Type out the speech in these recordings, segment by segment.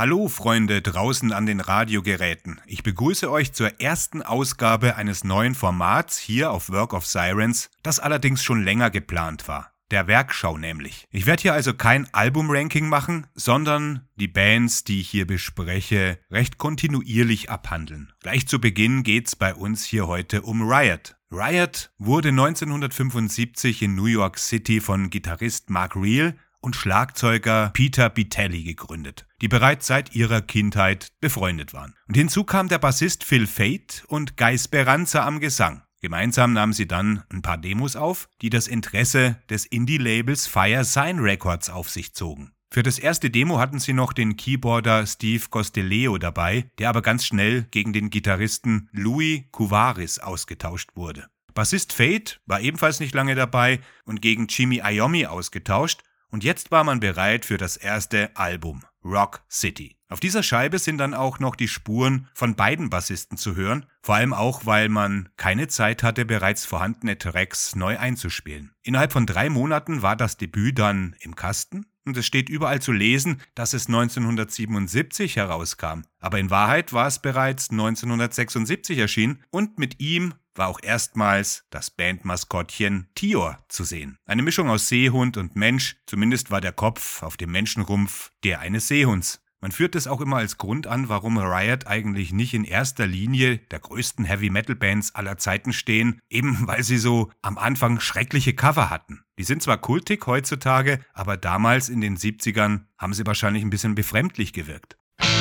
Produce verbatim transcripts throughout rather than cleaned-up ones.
Hallo Freunde draußen an den Radiogeräten. Ich begrüße euch zur ersten Ausgabe eines neuen Formats hier auf Work of Sirens, das allerdings schon länger geplant war. Der Werkschau nämlich. Ich werde hier also kein Albumranking machen, sondern die Bands, die ich hier bespreche, recht kontinuierlich abhandeln. Gleich zu Beginn geht's bei uns hier heute um Riot. Riot wurde neunzehnhundertfünfundsiebzig in New York City von Gitarrist Mark Real und Schlagzeuger Peter Bitelli gegründet, die bereits seit ihrer Kindheit befreundet waren. Und hinzu kam der Bassist Phil Fate und Guy Speranza am Gesang. Gemeinsam nahmen sie dann ein paar Demos auf, die das Interesse des Indie-Labels Fire Sign Records auf sich zogen. Für das erste Demo hatten sie noch den Keyboarder Steve Costeleo dabei, der aber ganz schnell gegen den Gitarristen Louis Couvaris ausgetauscht wurde. Bassist Fate war ebenfalls nicht lange dabei und gegen Jimmy Iommi ausgetauscht. Und jetzt war man bereit für das erste Album, Rock City. Auf dieser Scheibe sind dann auch noch die Spuren von beiden Bassisten zu hören, vor allem auch, weil man keine Zeit hatte, bereits vorhandene Tracks neu einzuspielen. Innerhalb von drei Monaten war das Debüt dann im Kasten und es steht überall zu lesen, dass es neunzehnhundertsiebenundsiebzig herauskam. Aber in Wahrheit war es bereits neunzehnhundertsechsundsiebzig erschienen und mit ihm war auch erstmals das Bandmaskottchen Tior zu sehen. Eine Mischung aus Seehund und Mensch, zumindest war der Kopf auf dem Menschenrumpf der eines Seehunds. Man führt es auch immer als Grund an, warum Riot eigentlich nicht in erster Linie der größten Heavy-Metal-Bands aller Zeiten stehen, eben weil sie so am Anfang schreckliche Cover hatten. Die sind zwar kultig heutzutage, aber damals in den siebzigern haben sie wahrscheinlich ein bisschen befremdlich gewirkt.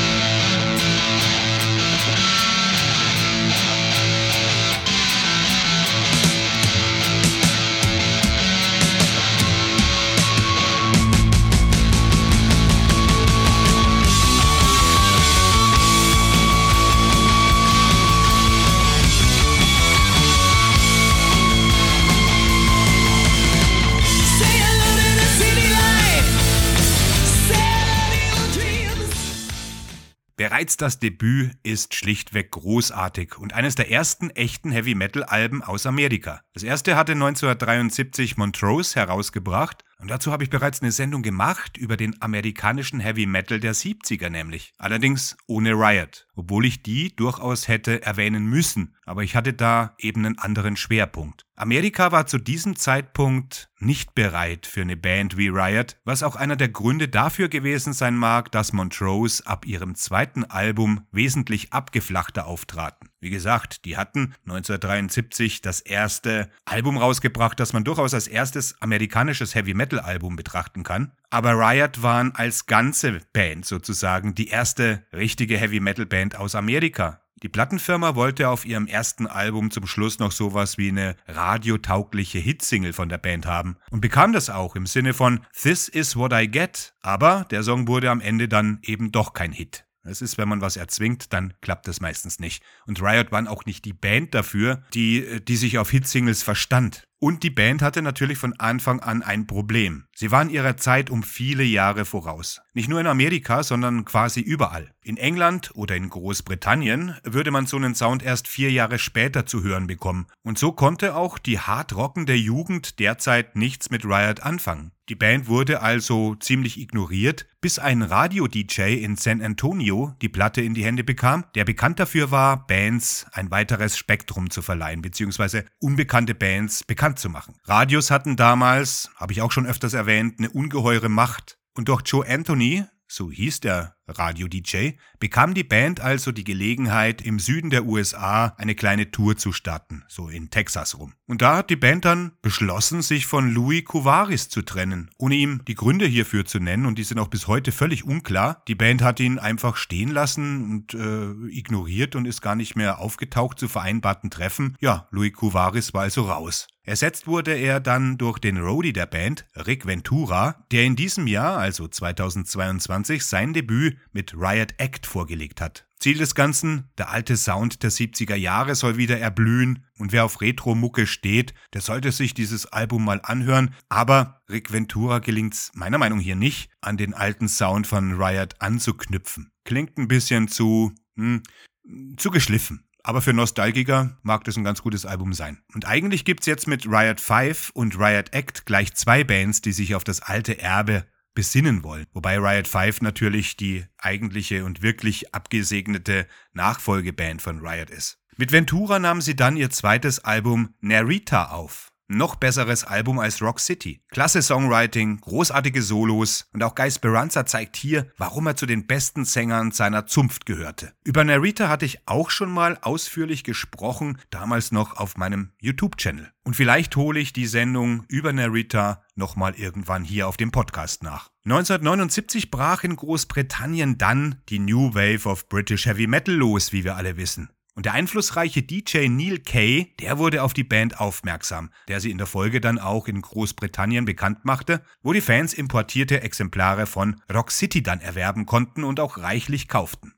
Bereits das Debüt ist schlichtweg großartig und eines der ersten echten Heavy-Metal-Alben aus Amerika. Das erste hatte neunzehnhundertdreiundsiebzig Montrose herausgebracht und dazu habe ich bereits eine Sendung gemacht über den amerikanischen Heavy-Metal der siebziger nämlich. Allerdings ohne Riot, obwohl ich die durchaus hätte erwähnen müssen, aber ich hatte da eben einen anderen Schwerpunkt. Amerika war zu diesem Zeitpunkt nicht bereit für eine Band wie Riot, was auch einer der Gründe dafür gewesen sein mag, dass Montrose ab ihrem zweiten Album wesentlich abgeflachter auftraten. Wie gesagt, die hatten neunzehnhundertdreiundsiebzig das erste Album rausgebracht, das man durchaus als erstes amerikanisches Heavy-Metal-Album betrachten kann. Aber Riot waren als ganze Band sozusagen die erste richtige Heavy-Metal-Band aus Amerika. Die Plattenfirma wollte auf ihrem ersten Album zum Schluss noch sowas wie eine radiotaugliche Hitsingle von der Band haben und bekam das auch im Sinne von This is what I get, aber der Song wurde am Ende dann eben doch kein Hit. Es ist, wenn man was erzwingt, dann klappt das meistens nicht. Und Riot waren auch nicht die Band dafür, die, die sich auf Hitsingles verstand. Und die Band hatte natürlich von Anfang an ein Problem. Sie waren ihrer Zeit um viele Jahre voraus. Nicht nur in Amerika, sondern quasi überall. In England oder in Großbritannien würde man so einen Sound erst vier Jahre später zu hören bekommen. Und so konnte auch die hardrockende Jugend derzeit nichts mit Riot anfangen. Die Band wurde also ziemlich ignoriert, bis ein Radio-D J in San Antonio die Platte in die Hände bekam, der bekannt dafür war, Bands ein weiteres Spektrum zu verleihen, beziehungsweise unbekannte Bands bekannt zu machen. Radios hatten damals, habe ich auch schon öfters erwähnt, eine ungeheure Macht. Und durch Joe Anthony, so hieß der Radio-D J, bekam die Band also die Gelegenheit, im Süden der U S A eine kleine Tour zu starten, so in Texas rum. Und da hat die Band dann beschlossen, sich von Louis Couvaris zu trennen, ohne ihm die Gründe hierfür zu nennen, und die sind auch bis heute völlig unklar. Die Band hat ihn einfach stehen lassen und äh, ignoriert und ist gar nicht mehr aufgetaucht zu vereinbarten Treffen. Ja, Louis Couvaris war also raus. Ersetzt wurde er dann durch den Roadie der Band, Rick Ventura, der in diesem Jahr, also zweitausendzweiundzwanzig, sein Debüt mit Riot Act vorgelegt hat. Ziel des Ganzen, der alte Sound der siebziger Jahre soll wieder erblühen, und wer auf Retro-Mucke steht, der sollte sich dieses Album mal anhören, aber Rick Ventura gelingt's meiner Meinung nach hier nicht, an den alten Sound von Riot anzuknüpfen. Klingt ein bisschen zu, hm, zu geschliffen. Aber für Nostalgiker mag das ein ganz gutes Album sein. Und eigentlich gibt's jetzt mit Riot fünf und Riot Act gleich zwei Bands, die sich auf das alte Erbe besinnen wollen. Wobei Riot fünf natürlich die eigentliche und wirklich abgesegnete Nachfolgeband von Riot ist. Mit Ventura nahmen sie dann ihr zweites Album Narita auf. Noch besseres Album als Rock City. Klasse Songwriting, großartige Solos und auch Guy Speranza zeigt hier, warum er zu den besten Sängern seiner Zunft gehörte. Über Narita hatte ich auch schon mal ausführlich gesprochen, damals noch auf meinem YouTube-Channel. Und vielleicht hole ich die Sendung über Narita nochmal irgendwann hier auf dem Podcast nach. neunzehnhundertneunundsiebzig brach in Großbritannien dann die New Wave of British Heavy Metal los, wie wir alle wissen. Und der einflussreiche D J Neil Kay, der wurde auf die Band aufmerksam, der sie in der Folge dann auch in Großbritannien bekannt machte, wo die Fans importierte Exemplare von Rock City dann erwerben konnten und auch reichlich kauften.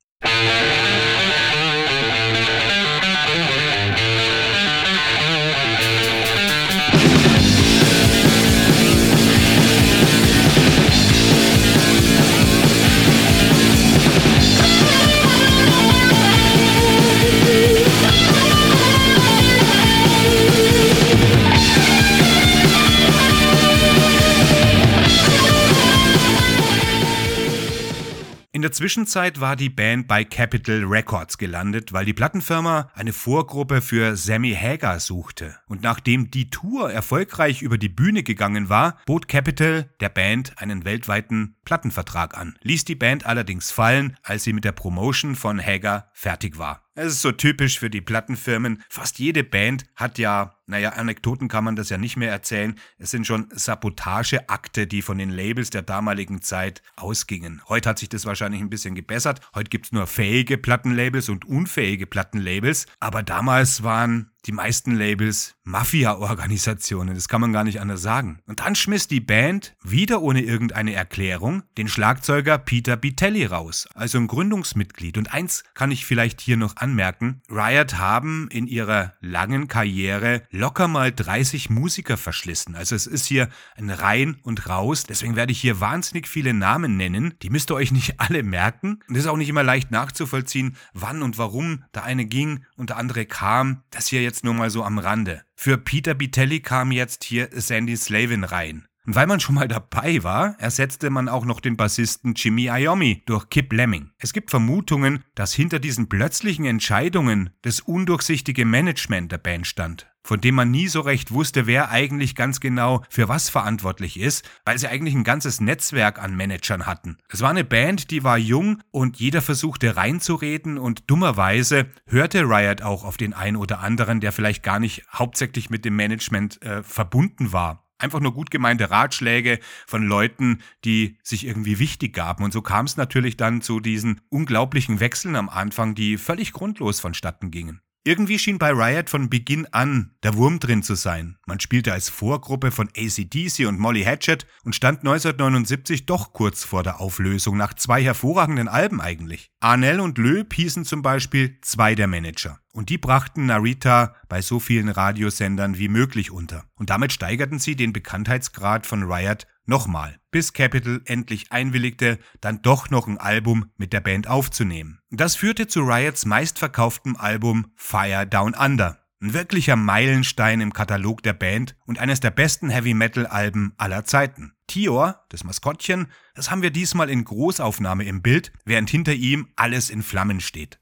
In der Zwischenzeit war die Band bei Capitol Records gelandet, weil die Plattenfirma eine Vorgruppe für Sammy Hagar suchte. Und nachdem die Tour erfolgreich über die Bühne gegangen war, bot Capitol der Band einen weltweiten Plattenvertrag an, ließ die Band allerdings fallen, als sie mit der Promotion von Hagar fertig war. Es ist so typisch für die Plattenfirmen. Fast jede Band hat ja, naja, Anekdoten kann man das ja nicht mehr erzählen. Es sind schon Sabotageakte, die von den Labels der damaligen Zeit ausgingen. Heute hat sich das wahrscheinlich ein bisschen gebessert. Heute gibt es nur fähige Plattenlabels und unfähige Plattenlabels. Aber damals waren die meisten Labels Mafia-Organisationen, das kann man gar nicht anders sagen. Und dann schmiss die Band, wieder ohne irgendeine Erklärung, den Schlagzeuger Peter Bitelli raus, also ein Gründungsmitglied. Und eins kann ich vielleicht hier noch anmerken, Riot haben in ihrer langen Karriere locker mal dreißig Musiker verschlissen. Also es ist hier ein Rein und Raus, deswegen werde ich hier wahnsinnig viele Namen nennen, die müsst ihr euch nicht alle merken. Und es ist auch nicht immer leicht nachzuvollziehen, wann und warum der eine ging und der andere kam. Das hier jetzt Jetzt nur mal so am Rande. Für Peter Bitelli kam jetzt hier Sandy Slavin rein. Und weil man schon mal dabei war, ersetzte man auch noch den Bassisten Jimmy Iommi durch Kip Lemming. Es gibt Vermutungen, dass hinter diesen plötzlichen Entscheidungen das undurchsichtige Management der Band stand, von dem man nie so recht wusste, wer eigentlich ganz genau für was verantwortlich ist, weil sie eigentlich ein ganzes Netzwerk an Managern hatten. Es war eine Band, die war jung und jeder versuchte reinzureden und dummerweise hörte Riot auch auf den einen oder anderen, der vielleicht gar nicht hauptsächlich mit dem Management äh, verbunden war. Einfach nur gut gemeinte Ratschläge von Leuten, die sich irgendwie wichtig gaben. Und so kam es natürlich dann zu diesen unglaublichen Wechseln am Anfang, die völlig grundlos vonstatten gingen. Irgendwie schien bei Riot von Beginn an der Wurm drin zu sein. Man spielte als Vorgruppe von A C D C und Molly Hatchet und stand neunzehnhundertneunundsiebzig doch kurz vor der Auflösung, nach zwei hervorragenden Alben eigentlich. Arnell und Loeb hießen zum Beispiel zwei der Manager. Und die brachten Narita bei so vielen Radiosendern wie möglich unter. Und damit steigerten sie den Bekanntheitsgrad von Riot nochmal, bis Capitol endlich einwilligte, dann doch noch ein Album mit der Band aufzunehmen. Das führte zu Riots meistverkauftem Album Fire Down Under. Ein wirklicher Meilenstein im Katalog der Band und eines der besten Heavy-Metal-Alben aller Zeiten. Tior, das Maskottchen, das haben wir diesmal in Großaufnahme im Bild, während hinter ihm alles in Flammen steht.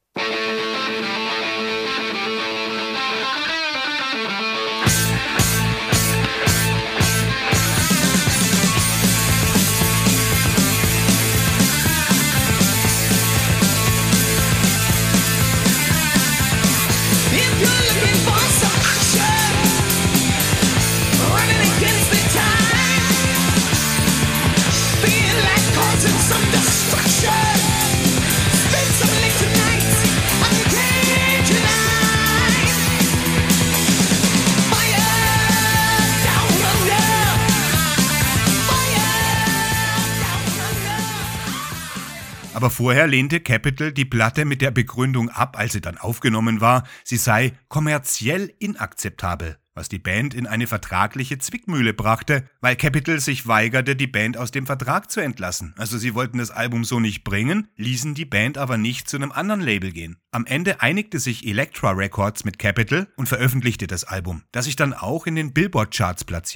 Aber vorher lehnte Capitol die Platte mit der Begründung ab, als sie dann aufgenommen war, sie sei kommerziell inakzeptabel, was die Band in eine vertragliche Zwickmühle brachte, weil Capitol sich weigerte, die Band aus dem Vertrag zu entlassen. Also sie wollten das Album so nicht bringen, ließen die Band aber nicht zu einem anderen Label gehen. Am Ende einigte sich Elektra Records mit Capitol und veröffentlichte das Album, das sich dann auch in den Billboard-Charts platzierte.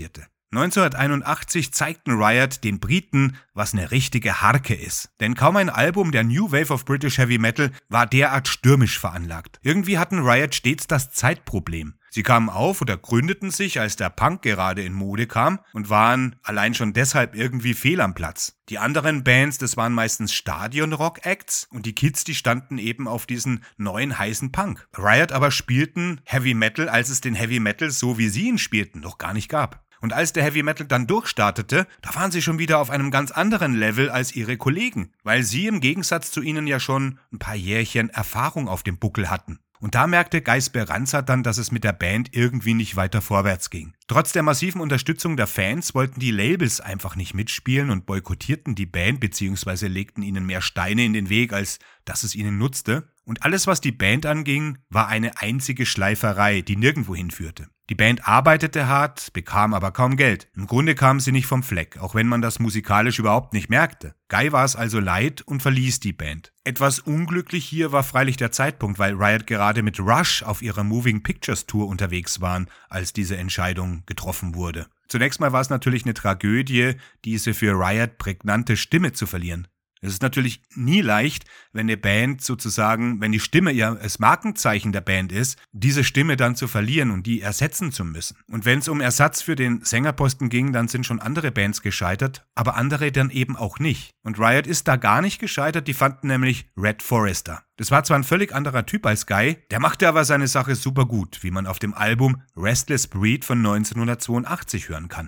neunzehnhunderteinundachtzig zeigten Riot den Briten, was eine richtige Harke ist. Denn kaum ein Album der New Wave of British Heavy Metal war derart stürmisch veranlagt. Irgendwie hatten Riot stets das Zeitproblem. Sie kamen auf oder gründeten sich, als der Punk gerade in Mode kam und waren allein schon deshalb irgendwie fehl am Platz. Die anderen Bands, das waren meistens Stadion-Rock-Acts und die Kids, die standen eben auf diesen neuen heißen Punk. Riot aber spielten Heavy Metal, als es den Heavy Metal, so wie sie ihn spielten, noch gar nicht gab. Und als der Heavy Metal dann durchstartete, da waren sie schon wieder auf einem ganz anderen Level als ihre Kollegen, weil sie im Gegensatz zu ihnen ja schon ein paar Jährchen Erfahrung auf dem Buckel hatten. Und da merkte Guy Speranza dann, dass es mit der Band irgendwie nicht weiter vorwärts ging. Trotz der massiven Unterstützung der Fans wollten die Labels einfach nicht mitspielen und boykottierten die Band bzw. legten ihnen mehr Steine in den Weg, als dass es ihnen nutzte. Und alles, was die Band anging, war eine einzige Schleiferei, die nirgendwo hinführte. Die Band arbeitete hart, bekam aber kaum Geld. Im Grunde kam sie nicht vom Fleck, auch wenn man das musikalisch überhaupt nicht merkte. Guy war es also leid und verließ die Band. Etwas unglücklich hier war freilich der Zeitpunkt, weil Riot gerade mit Rush auf ihrer Moving Pictures Tour unterwegs waren, als diese Entscheidung getroffen wurde. Zunächst mal war es natürlich eine Tragödie, diese für Riot prägnante Stimme zu verlieren. Es ist natürlich nie leicht, wenn eine Band sozusagen, wenn die Stimme ja das Markenzeichen der Band ist, diese Stimme dann zu verlieren und die ersetzen zu müssen. Und wenn es um Ersatz für den Sängerposten ging, dann sind schon andere Bands gescheitert, aber andere dann eben auch nicht. Und Riot ist da gar nicht gescheitert, die fanden nämlich Red Forrester. Das war zwar ein völlig anderer Typ als Guy, der machte aber seine Sache super gut, wie man auf dem Album Restless Breed von neunzehnhundertzweiundachtzig hören kann.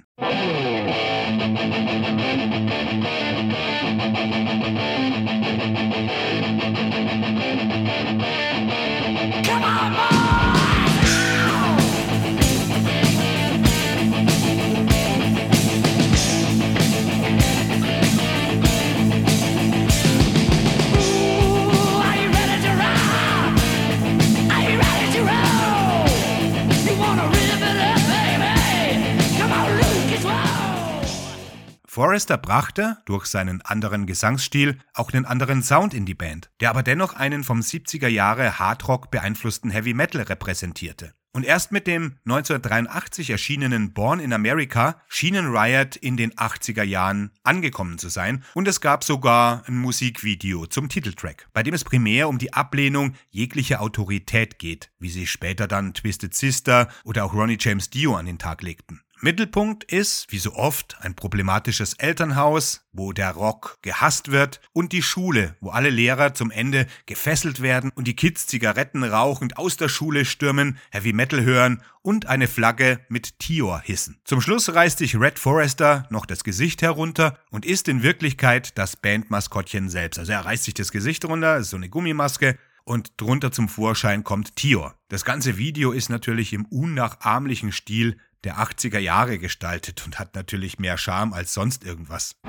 Forrester brachte, durch seinen anderen Gesangsstil, auch einen anderen Sound in die Band, der aber dennoch einen vom siebziger Jahre Hardrock beeinflussten Heavy Metal repräsentierte. Und erst mit dem neunzehnhundertdreiundachtzig erschienenen Born in America schienen Riot in den achtziger Jahren angekommen zu sein und es gab sogar ein Musikvideo zum Titeltrack, bei dem es primär um die Ablehnung jeglicher Autorität geht, wie sie später dann Twisted Sister oder auch Ronnie James Dio an den Tag legten. Mittelpunkt ist, wie so oft, ein problematisches Elternhaus, wo der Rock gehasst wird, und die Schule, wo alle Lehrer zum Ende gefesselt werden und die Kids Zigaretten rauchend aus der Schule stürmen, Heavy Metal hören und eine Flagge mit Tior hissen. Zum Schluss reißt sich Red Forrester noch das Gesicht herunter und ist in Wirklichkeit das Bandmaskottchen selbst. Also er reißt sich das Gesicht runter, ist so eine Gummimaske, und drunter zum Vorschein kommt Tior. Das ganze Video ist natürlich im unnachahmlichen Stil der achtziger Jahre gestaltet und hat natürlich mehr Charme als sonst irgendwas.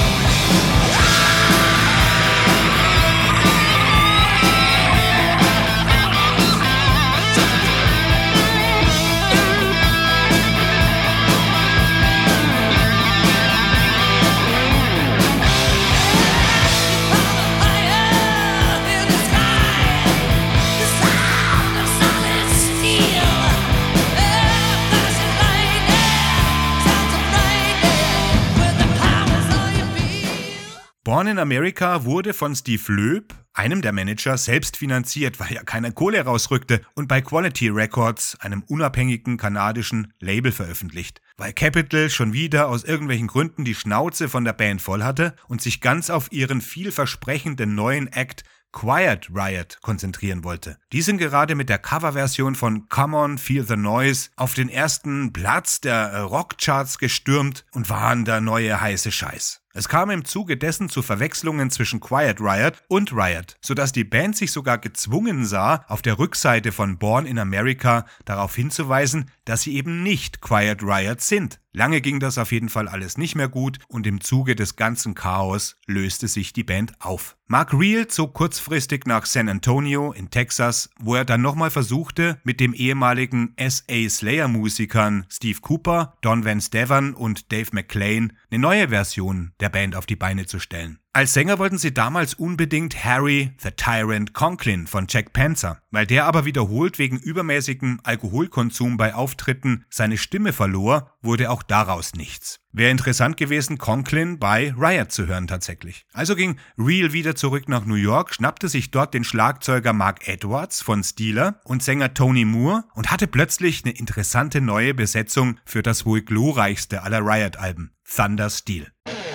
Born in America wurde von Steve Loeb, einem der Manager, selbst finanziert, weil ja keiner Kohle rausrückte, und bei Quality Records, einem unabhängigen kanadischen Label, veröffentlicht, weil Capitol schon wieder aus irgendwelchen Gründen die Schnauze von der Band voll hatte und sich ganz auf ihren vielversprechenden neuen Act Quiet Riot konzentrieren wollte. Die sind gerade mit der Coverversion von Come On, Feel the Noise auf den ersten Platz der Rockcharts gestürmt und waren der neue heiße Scheiß. Es kam im Zuge dessen zu Verwechslungen zwischen Quiet Riot und Riot, sodass die Band sich sogar gezwungen sah, auf der Rückseite von Born in America darauf hinzuweisen, dass sie eben nicht Quiet Riot sind. Lange ging das auf jeden Fall alles nicht mehr gut und im Zuge des ganzen Chaos löste sich die Band auf. Mark Reel zog kurzfristig nach San Antonio in Texas, wo er dann nochmal versuchte, mit dem ehemaligen S A Slayer-Musikern Steve Cooper, Don Van Stavern und Dave McClain eine neue Version der Band auf die Beine zu stellen. Als Sänger wollten sie damals unbedingt Harry the Tyrant Conklin von Jack Panzer, weil der aber wiederholt wegen übermäßigem Alkoholkonsum bei Auftritten seine Stimme verlor, wurde auch daraus nichts. Wäre interessant gewesen, Conklin bei Riot zu hören tatsächlich. Also ging Reel wieder zurück nach New York, schnappte sich dort den Schlagzeuger Mark Edwards von Steeler und Sänger Tony Moore und hatte plötzlich eine interessante neue Besetzung für das wohl glorreichste aller Riot-Alben, Thunder Steel.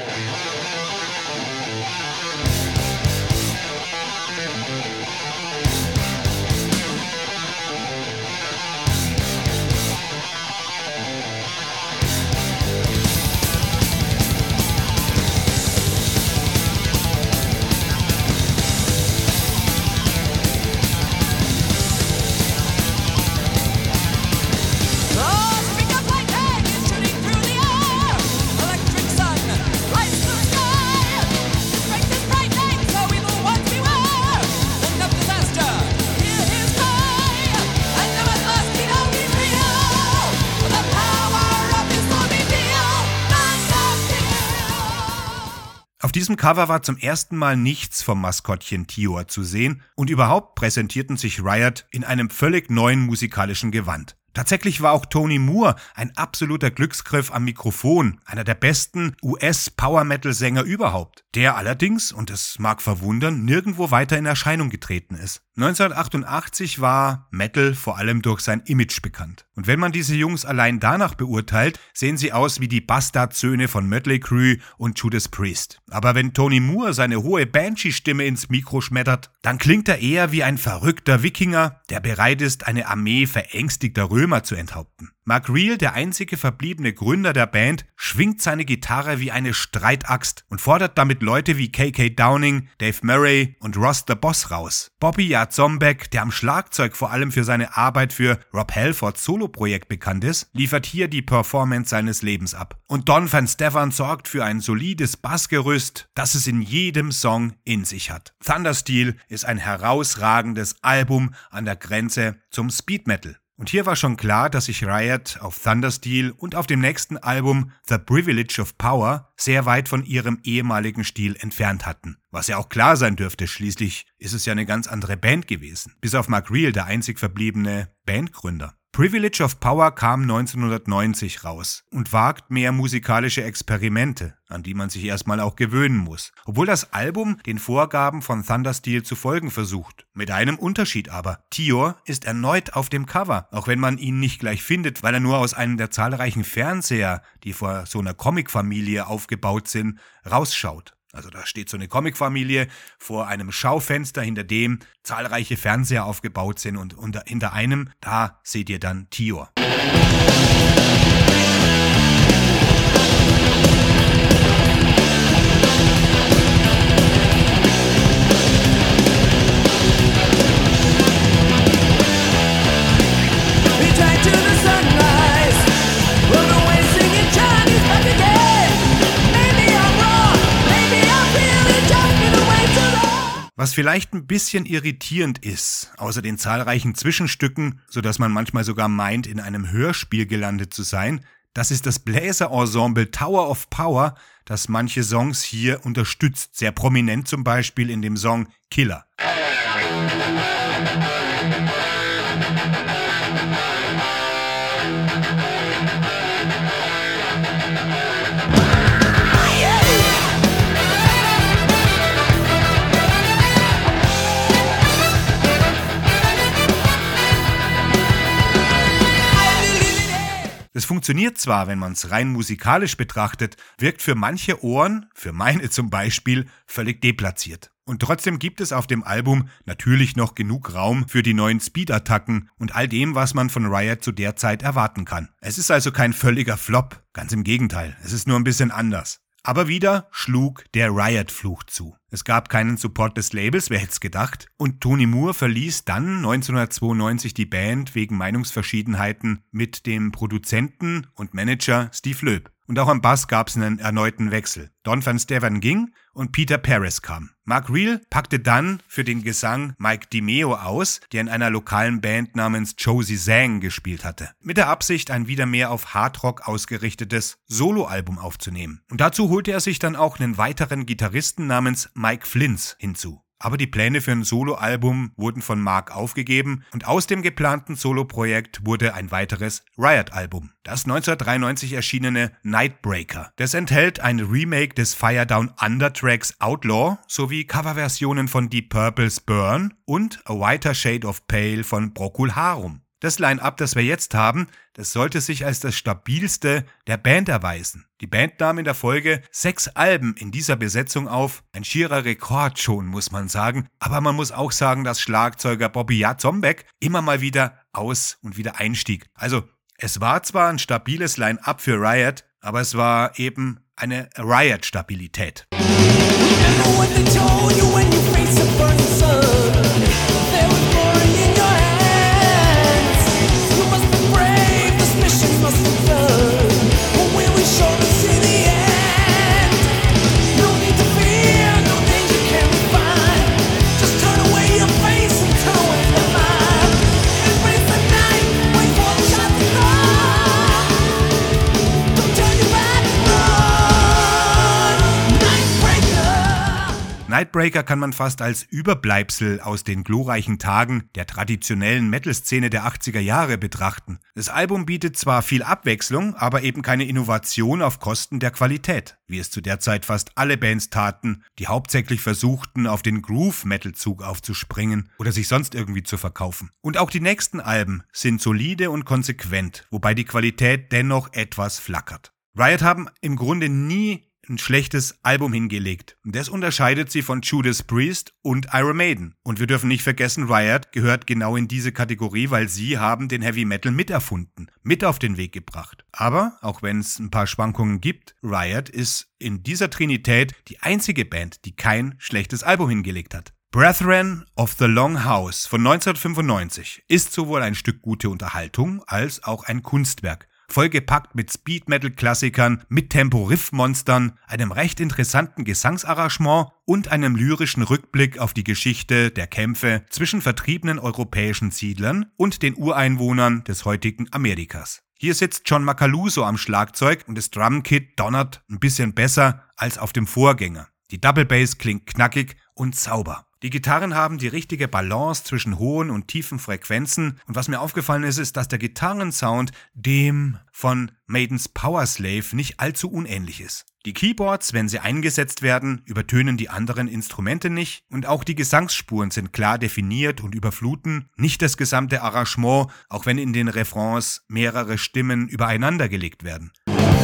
Auf diesem Cover war zum ersten Mal nichts vom Maskottchen Tior zu sehen und überhaupt präsentierten sich Riot in einem völlig neuen musikalischen Gewand. Tatsächlich war auch Tony Moore ein absoluter Glücksgriff am Mikrofon, einer der besten U S-Power-Metal-Sänger überhaupt, der allerdings, und es mag verwundern, nirgendwo weiter in Erscheinung getreten ist. neunzehnhundertachtundachtzig war Metal vor allem durch sein Image bekannt. Und wenn man diese Jungs allein danach beurteilt, sehen sie aus wie die Bastardsöhne von Mötley Crüe und Judas Priest. Aber wenn Tony Moore seine hohe Banshee-Stimme ins Mikro schmettert, dann klingt er eher wie ein verrückter Wikinger, der bereit ist, eine Armee verängstigter Römer zu enthaupten. Mark Reel, der einzige verbliebene Gründer der Band, schwingt seine Gitarre wie eine Streitaxt und fordert damit Leute wie K K Downing, Dave Murray und Ross the Boss raus. Bobby Jarzombek, der am Schlagzeug vor allem für seine Arbeit für Rob Halfords Soloprojekt bekannt ist, liefert hier die Performance seines Lebens ab. Und Don Van Stefan sorgt für ein solides Bassgerüst, das es in jedem Song in sich hat. Thunder Steel ist ein herausragendes Album an der Grenze zum Speed Metal. Und hier war schon klar, dass sich Riot auf Thunder Steel und auf dem nächsten Album The Privilege of Power sehr weit von ihrem ehemaligen Stil entfernt hatten. Was ja auch klar sein dürfte, schließlich ist es ja eine ganz andere Band gewesen. Bis auf Mark Reel, der einzig verbliebene Bandgründer. Privilege of Power kam neunzehnhundertneunzig raus und wagt mehr musikalische Experimente, an die man sich erstmal auch gewöhnen muss. Obwohl das Album den Vorgaben von Thunder Steel zu folgen versucht. Mit einem Unterschied aber. Tior ist erneut auf dem Cover, auch wenn man ihn nicht gleich findet, weil er nur aus einem der zahlreichen Fernseher, die vor so einer Comicfamilie aufgebaut sind, rausschaut. Also da steht so eine Comicfamilie vor einem Schaufenster, hinter dem zahlreiche Fernseher aufgebaut sind und unter, hinter einem, da seht ihr dann Tior. Was vielleicht ein bisschen irritierend ist, außer den zahlreichen Zwischenstücken, sodass man manchmal sogar meint, in einem Hörspiel gelandet zu sein, das ist das Bläserensemble Tower of Power, das manche Songs hier unterstützt, sehr prominent zum Beispiel in dem Song Killer. Es funktioniert zwar, wenn man es rein musikalisch betrachtet, wirkt für manche Ohren, für meine zum Beispiel, völlig deplatziert. Und trotzdem gibt es auf dem Album natürlich noch genug Raum für die neuen Speed-Attacken und all dem, was man von Riot zu der Zeit erwarten kann. Es ist also kein völliger Flop, ganz im Gegenteil, es ist nur ein bisschen anders. Aber wieder schlug der Riot-Fluch zu. Es gab keinen Support des Labels, wer hätte es gedacht? Und Tony Moore verließ dann neunzehnhundertzweiundneunzig die Band wegen Meinungsverschiedenheiten mit dem Produzenten und Manager Steve Loeb. Und auch am Bass gab es einen erneuten Wechsel. Don Van Stavern ging und Peter Paris kam. Mark Reel packte dann für den Gesang Mike DiMeo aus, der in einer lokalen Band namens Josie Zang gespielt hatte. Mit der Absicht, ein wieder mehr auf Hardrock ausgerichtetes Soloalbum aufzunehmen. Und dazu holte er sich dann auch einen weiteren Gitarristen namens Mike Flints hinzu. Aber die Pläne für ein Soloalbum wurden von Mark aufgegeben und aus dem geplanten Soloprojekt wurde ein weiteres Riot-Album. Das neunzehnhundertdreiundneunzig erschienene Nightbreaker. Das enthält ein Remake des Fire Down Under Tracks Outlaw sowie Coverversionen von Deep Purple's Burn und A Whiter Shade of Pale von Procol Harum. Das Line-Up, das wir jetzt haben, das sollte sich als das stabilste der Band erweisen. Die Band nahm in der Folge sechs Alben in dieser Besetzung auf. Ein schierer Rekord schon, muss man sagen. Aber man muss auch sagen, dass Schlagzeuger Bobby Jazombek immer mal wieder aus- und wieder einstieg. Also, es war zwar ein stabiles Line-Up für Riot, aber es war eben eine Riot-Stabilität. Nightbreaker kann man fast als Überbleibsel aus den glorreichen Tagen der traditionellen Metal-Szene der achtziger Jahre betrachten. Das Album bietet zwar viel Abwechslung, aber eben keine Innovation auf Kosten der Qualität, wie es zu der Zeit fast alle Bands taten, die hauptsächlich versuchten, auf den Groove-Metal-Zug aufzuspringen oder sich sonst irgendwie zu verkaufen. Und auch die nächsten Alben sind solide und konsequent, wobei die Qualität dennoch etwas flackert. Riot haben im Grunde nie ein schlechtes Album hingelegt. Und das unterscheidet sie von Judas Priest und Iron Maiden. Und wir dürfen nicht vergessen, Riot gehört genau in diese Kategorie, weil sie haben den Heavy Metal miterfunden, mit auf den Weg gebracht. Aber, auch wenn es ein paar Schwankungen gibt, Riot ist in dieser Trinität die einzige Band, die kein schlechtes Album hingelegt hat. Brethren of the Long House von neunzehnhundertfünfundneunzig ist sowohl ein Stück gute Unterhaltung als auch ein Kunstwerk. Vollgepackt mit Speed-Metal-Klassikern, mit Tempo-Riff-Monstern, einem recht interessanten Gesangsarrangement und einem lyrischen Rückblick auf die Geschichte der Kämpfe zwischen vertriebenen europäischen Siedlern und den Ureinwohnern des heutigen Amerikas. Hier sitzt John Macaluso am Schlagzeug und das Drumkit donnert ein bisschen besser als auf dem Vorgänger. Die Double Bass klingt knackig und sauber. Die Gitarren haben die richtige Balance zwischen hohen und tiefen Frequenzen und was mir aufgefallen ist, ist, dass der Gitarrensound dem von Maidens Powerslave nicht allzu unähnlich ist. Die Keyboards, wenn sie eingesetzt werden, übertönen die anderen Instrumente nicht und auch die Gesangsspuren sind klar definiert und überfluten nicht das gesamte Arrangement, auch wenn in den Refrains mehrere Stimmen übereinander gelegt werden.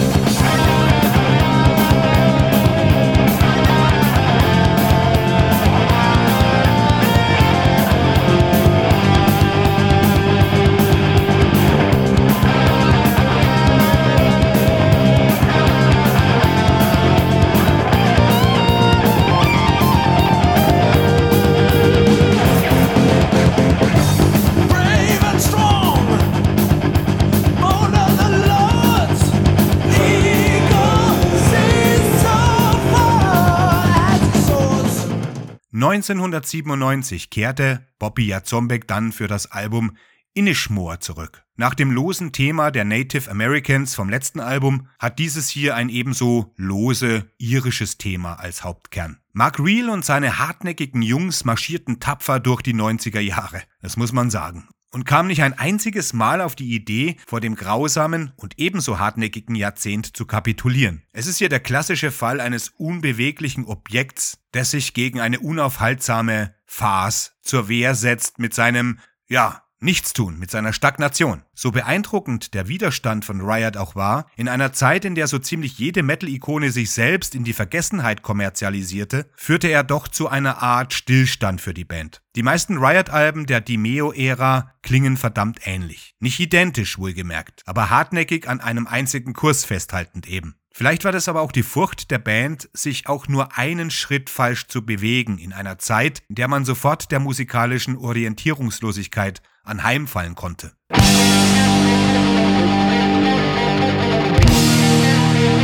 neunzehnhundertsiebenundneunzig kehrte Bobby Jazombek dann für das Album Inishmore zurück. Nach dem losen Thema der Native Americans vom letzten Album hat dieses hier ein ebenso lose irisches Thema als Hauptkern. Mark Reel und seine hartnäckigen Jungs marschierten tapfer durch die neunziger Jahre, das muss man sagen. Und kam nicht ein einziges Mal auf die Idee, vor dem grausamen und ebenso hartnäckigen Jahrzehnt zu kapitulieren. Es ist hier der klassische Fall eines unbeweglichen Objekts, das sich gegen eine unaufhaltsame Farce zur Wehr setzt mit seinem, ja, Nichtstun, mit seiner Stagnation. So beeindruckend der Widerstand von Riot auch war, in einer Zeit, in der so ziemlich jede Metal-Ikone sich selbst in die Vergessenheit kommerzialisierte, führte er doch zu einer Art Stillstand für die Band. Die meisten Riot-Alben der DiMeo-Ära klingen verdammt ähnlich. Nicht identisch, wohlgemerkt, aber hartnäckig an einem einzigen Kurs festhaltend eben. Vielleicht war das aber auch die Furcht der Band, sich auch nur einen Schritt falsch zu bewegen in einer Zeit, in der man sofort der musikalischen Orientierungslosigkeit anheimfallen konnte.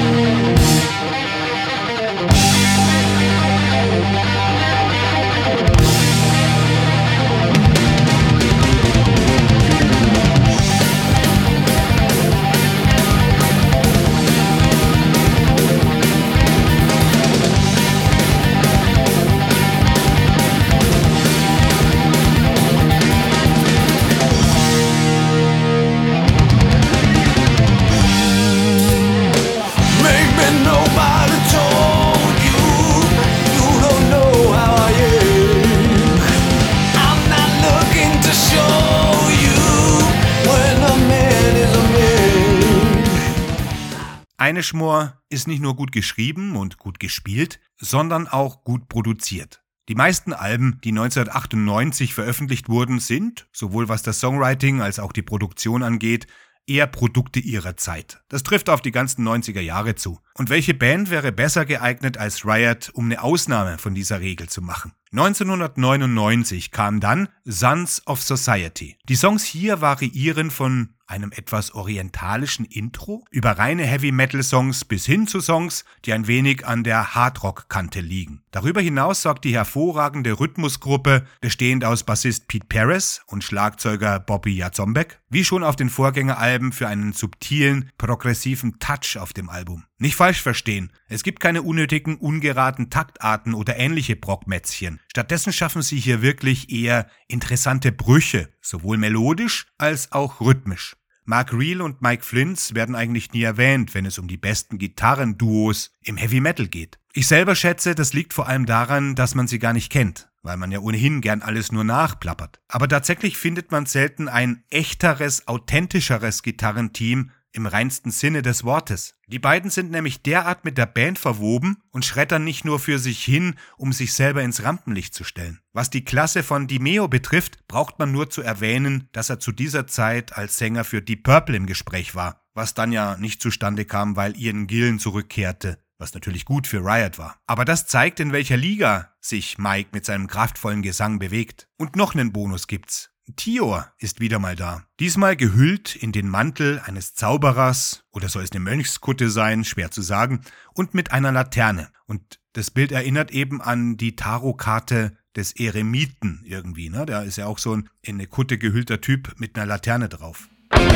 Eine Schmor ist nicht nur gut geschrieben und gut gespielt, sondern auch gut produziert. Die meisten Alben, die neunzehnhundertachtundneunzig veröffentlicht wurden, sind, sowohl was das Songwriting als auch die Produktion angeht, eher Produkte ihrer Zeit. Das trifft auf die ganzen neunziger Jahre zu. Und welche Band wäre besser geeignet als Riot, um eine Ausnahme von dieser Regel zu machen? neunzehnhundertneunundneunzig kam dann Sons of Society. Die Songs hier variieren von einem etwas orientalischen Intro über reine Heavy-Metal-Songs bis hin zu Songs, die ein wenig an der Hardrock-Kante liegen. Darüber hinaus sorgt die hervorragende Rhythmusgruppe, bestehend aus Bassist Pete Perez und Schlagzeuger Bobby Jazombek, wie schon auf den Vorgängeralben für einen subtilen, progressiven Touch auf dem Album. Nicht falsch verstehen, es gibt keine unnötigen, ungeraden Taktarten oder ähnliche Brockmätzchen. Stattdessen schaffen sie hier wirklich eher interessante Brüche, sowohl melodisch als auch rhythmisch. Mark Reel und Mike Flints werden eigentlich nie erwähnt, wenn es um die besten Gitarrenduos im Heavy Metal geht. Ich selber schätze, das liegt vor allem daran, dass man sie gar nicht kennt, weil man ja ohnehin gern alles nur nachplappert. Aber tatsächlich findet man selten ein echteres, authentischeres Gitarrenteam im reinsten Sinne des Wortes. Die beiden sind nämlich derart mit der Band verwoben und schreddern nicht nur für sich hin, um sich selber ins Rampenlicht zu stellen. Was die Klasse von DiMeo betrifft, braucht man nur zu erwähnen, dass er zu dieser Zeit als Sänger für Deep Purple im Gespräch war, was dann ja nicht zustande kam, weil Ian Gillan zurückkehrte, was natürlich gut für Riot war. Aber das zeigt, in welcher Liga sich Mike mit seinem kraftvollen Gesang bewegt. Und noch einen Bonus gibt's. Tior ist wieder mal da. Diesmal gehüllt in den Mantel eines Zauberers, oder soll es eine Mönchskutte sein, schwer zu sagen, und mit einer Laterne. Und das Bild erinnert eben an die Tarotkarte des Eremiten irgendwie, ne? Da ist ja auch so ein in eine Kutte gehüllter Typ mit einer Laterne drauf.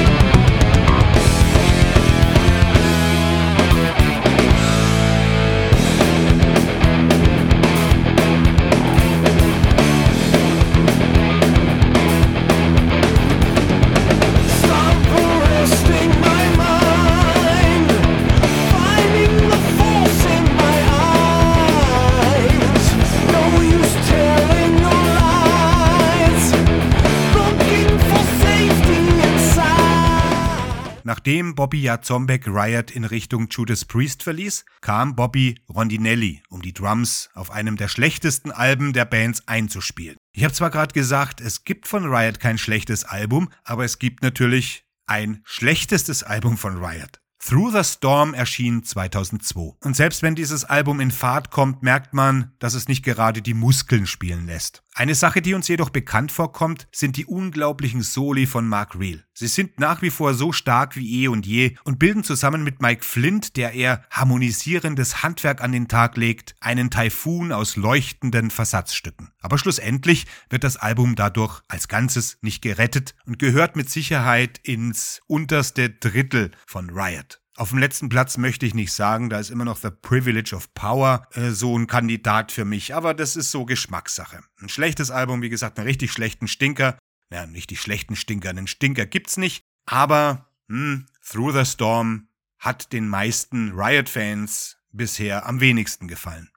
Nachdem Bobby Jazombek Riot in Richtung Judas Priest verließ, kam Bobby Rondinelli, um die Drums auf einem der schlechtesten Alben der Bands einzuspielen. Ich habe zwar gerade gesagt, es gibt von Riot kein schlechtes Album, aber es gibt natürlich ein schlechtestes Album von Riot. Through the Storm erschien zweitausendzwei. Und selbst wenn dieses Album in Fahrt kommt, merkt man, dass es nicht gerade die Muskeln spielen lässt. Eine Sache, die uns jedoch bekannt vorkommt, sind die unglaublichen Soli von Mark Reel. Sie sind nach wie vor so stark wie eh und je und bilden zusammen mit Mike Flint, der eher harmonisierendes Handwerk an den Tag legt, einen Taifun aus leuchtenden Versatzstücken. Aber schlussendlich wird das Album dadurch als Ganzes nicht gerettet und gehört mit Sicherheit ins unterste Drittel von Riot. Auf dem letzten Platz möchte ich nicht sagen, da ist immer noch The Privilege of Power äh, so ein Kandidat für mich, aber das ist so Geschmackssache. Ein schlechtes Album, wie gesagt, einen richtig schlechten Stinker. Ja, nicht die schlechten Stinker, einen Stinker gibt's nicht, aber hm, Through the Storm hat den meisten Riot-Fans bisher am wenigsten gefallen.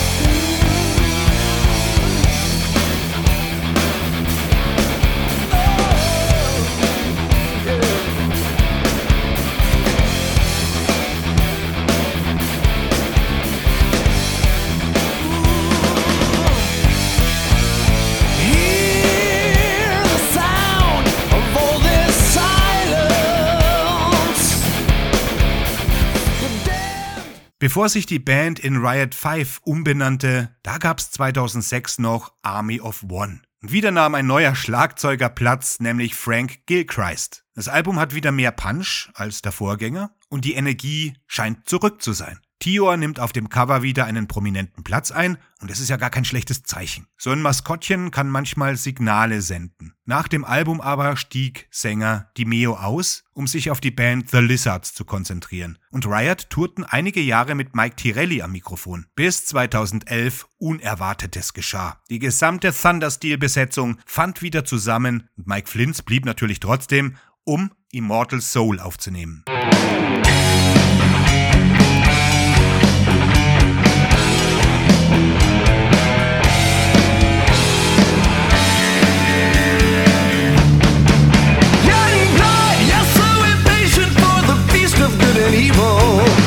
Bevor sich die Band in Riot fünf umbenannte, da gab's zweitausendsechs noch Army of One. Und wieder nahm ein neuer Schlagzeuger Platz, nämlich Frank Gilchrist. Das Album hat wieder mehr Punch als der Vorgänger und die Energie scheint zurück zu sein. Tior nimmt auf dem Cover wieder einen prominenten Platz ein und das ist ja gar kein schlechtes Zeichen. So ein Maskottchen kann manchmal Signale senden. Nach dem Album aber stieg Sänger DiMeo aus, um sich auf die Band The Lizards zu konzentrieren. Und Riot tourten einige Jahre mit Mike Tirelli am Mikrofon, bis zweitausendelf Unerwartetes geschah. Die gesamte Thundersteel-Besetzung fand wieder zusammen und Mike Flints blieb natürlich trotzdem, um Immortal Soul aufzunehmen. Evil.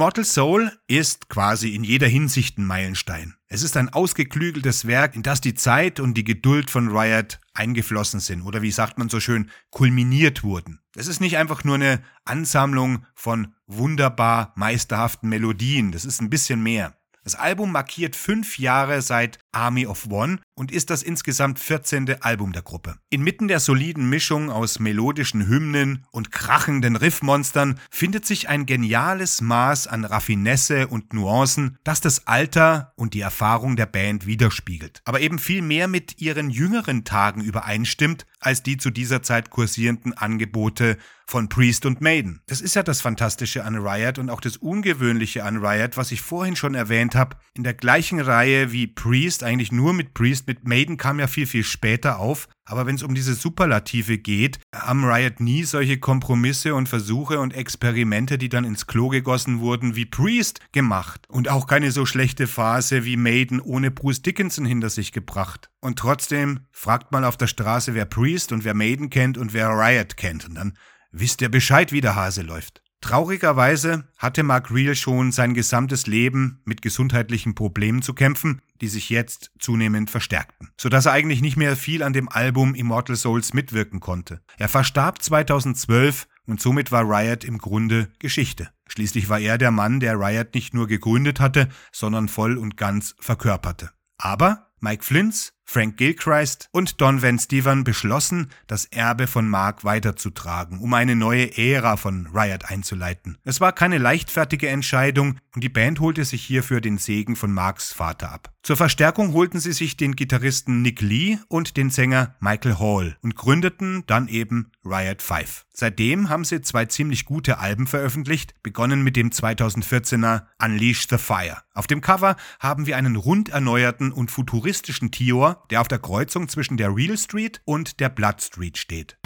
Immortal Soul ist quasi in jeder Hinsicht ein Meilenstein. Es ist ein ausgeklügeltes Werk, in das die Zeit und die Geduld von Riot eingeflossen sind oder wie sagt man so schön, kulminiert wurden. Es ist nicht einfach nur eine Ansammlung von wunderbar meisterhaften Melodien, das ist ein bisschen mehr. Das Album markiert fünf Jahre seit Army of One und ist das insgesamt vierzehnte Album der Gruppe. Inmitten der soliden Mischung aus melodischen Hymnen und krachenden Riffmonstern findet sich ein geniales Maß an Raffinesse und Nuancen, das das Alter und die Erfahrung der Band widerspiegelt, aber eben viel mehr mit ihren jüngeren Tagen übereinstimmt, als die zu dieser Zeit kursierenden Angebote von Priest und Maiden. Das ist ja das Fantastische an Riot und auch das Ungewöhnliche an Riot, was ich vorhin schon erwähnt habe. In der gleichen Reihe wie Priest, eigentlich nur mit Priest, mit Maiden kam ja viel, viel später auf. Aber wenn es um diese Superlative geht, haben Riot nie solche Kompromisse und Versuche und Experimente, die dann ins Klo gegossen wurden, wie Priest gemacht. Und auch keine so schlechte Phase wie Maiden ohne Bruce Dickinson hinter sich gebracht. Und trotzdem fragt mal auf der Straße, wer Priest und wer Maiden kennt und wer Riot kennt. Und dann wisst ihr Bescheid, wie der Hase läuft. Traurigerweise hatte Mark Real schon sein gesamtes Leben mit gesundheitlichen Problemen zu kämpfen, die sich jetzt zunehmend verstärkten, sodass er eigentlich nicht mehr viel an dem Album Immortal Souls mitwirken konnte. Er verstarb zweitausendzwölf und somit war Riot im Grunde Geschichte. Schließlich war er der Mann, der Riot nicht nur gegründet hatte, sondern voll und ganz verkörperte. Aber Mike Flints, Frank Gilchrist und Don Van Stevern beschlossen, das Erbe von Mark weiterzutragen, um eine neue Ära von Riot einzuleiten. Es war keine leichtfertige Entscheidung und die Band holte sich hierfür den Segen von Marks Vater ab. Zur Verstärkung holten sie sich den Gitarristen Nick Lee und den Sänger Michael Hall und gründeten dann eben Riot fünf. Seitdem haben sie zwei ziemlich gute Alben veröffentlicht, begonnen mit dem zweitausendvierzehner Unleash the Fire. Auf dem Cover haben wir einen rund erneuerten und futuristischen Tior, der auf der Kreuzung zwischen der Real Street und der Blood Street steht.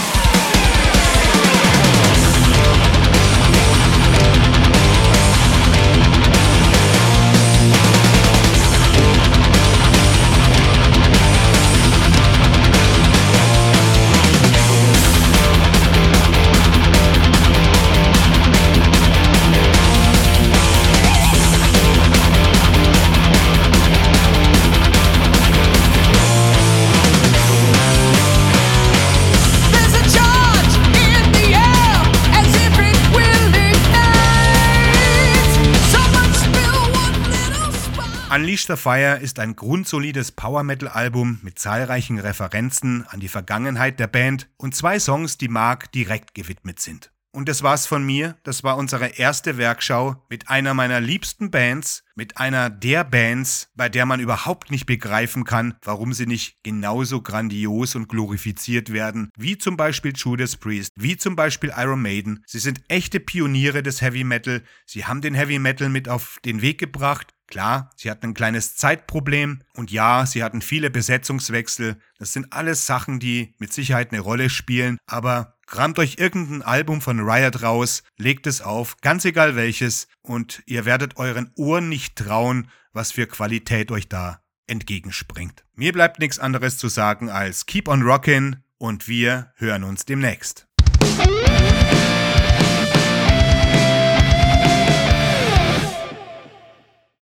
Unleash the Fire ist ein grundsolides Power-Metal-Album mit zahlreichen Referenzen an die Vergangenheit der Band und zwei Songs, die Mark direkt gewidmet sind. Und das war's von mir. Das war unsere erste Werkschau mit einer meiner liebsten Bands, mit einer der Bands, bei der man überhaupt nicht begreifen kann, warum sie nicht genauso grandios und glorifiziert werden, wie zum Beispiel Judas Priest, wie zum Beispiel Iron Maiden. Sie sind echte Pioniere des Heavy Metal. Sie haben den Heavy Metal mit auf den Weg gebracht. Klar, sie hatten ein kleines Zeitproblem und ja, sie hatten viele Besetzungswechsel. Das sind alles Sachen, die mit Sicherheit eine Rolle spielen, aber kramt euch irgendein Album von Riot raus, legt es auf, ganz egal welches, und ihr werdet euren Ohren nicht trauen, was für Qualität euch da entgegenspringt. Mir bleibt nichts anderes zu sagen als Keep on Rockin' und wir hören uns demnächst.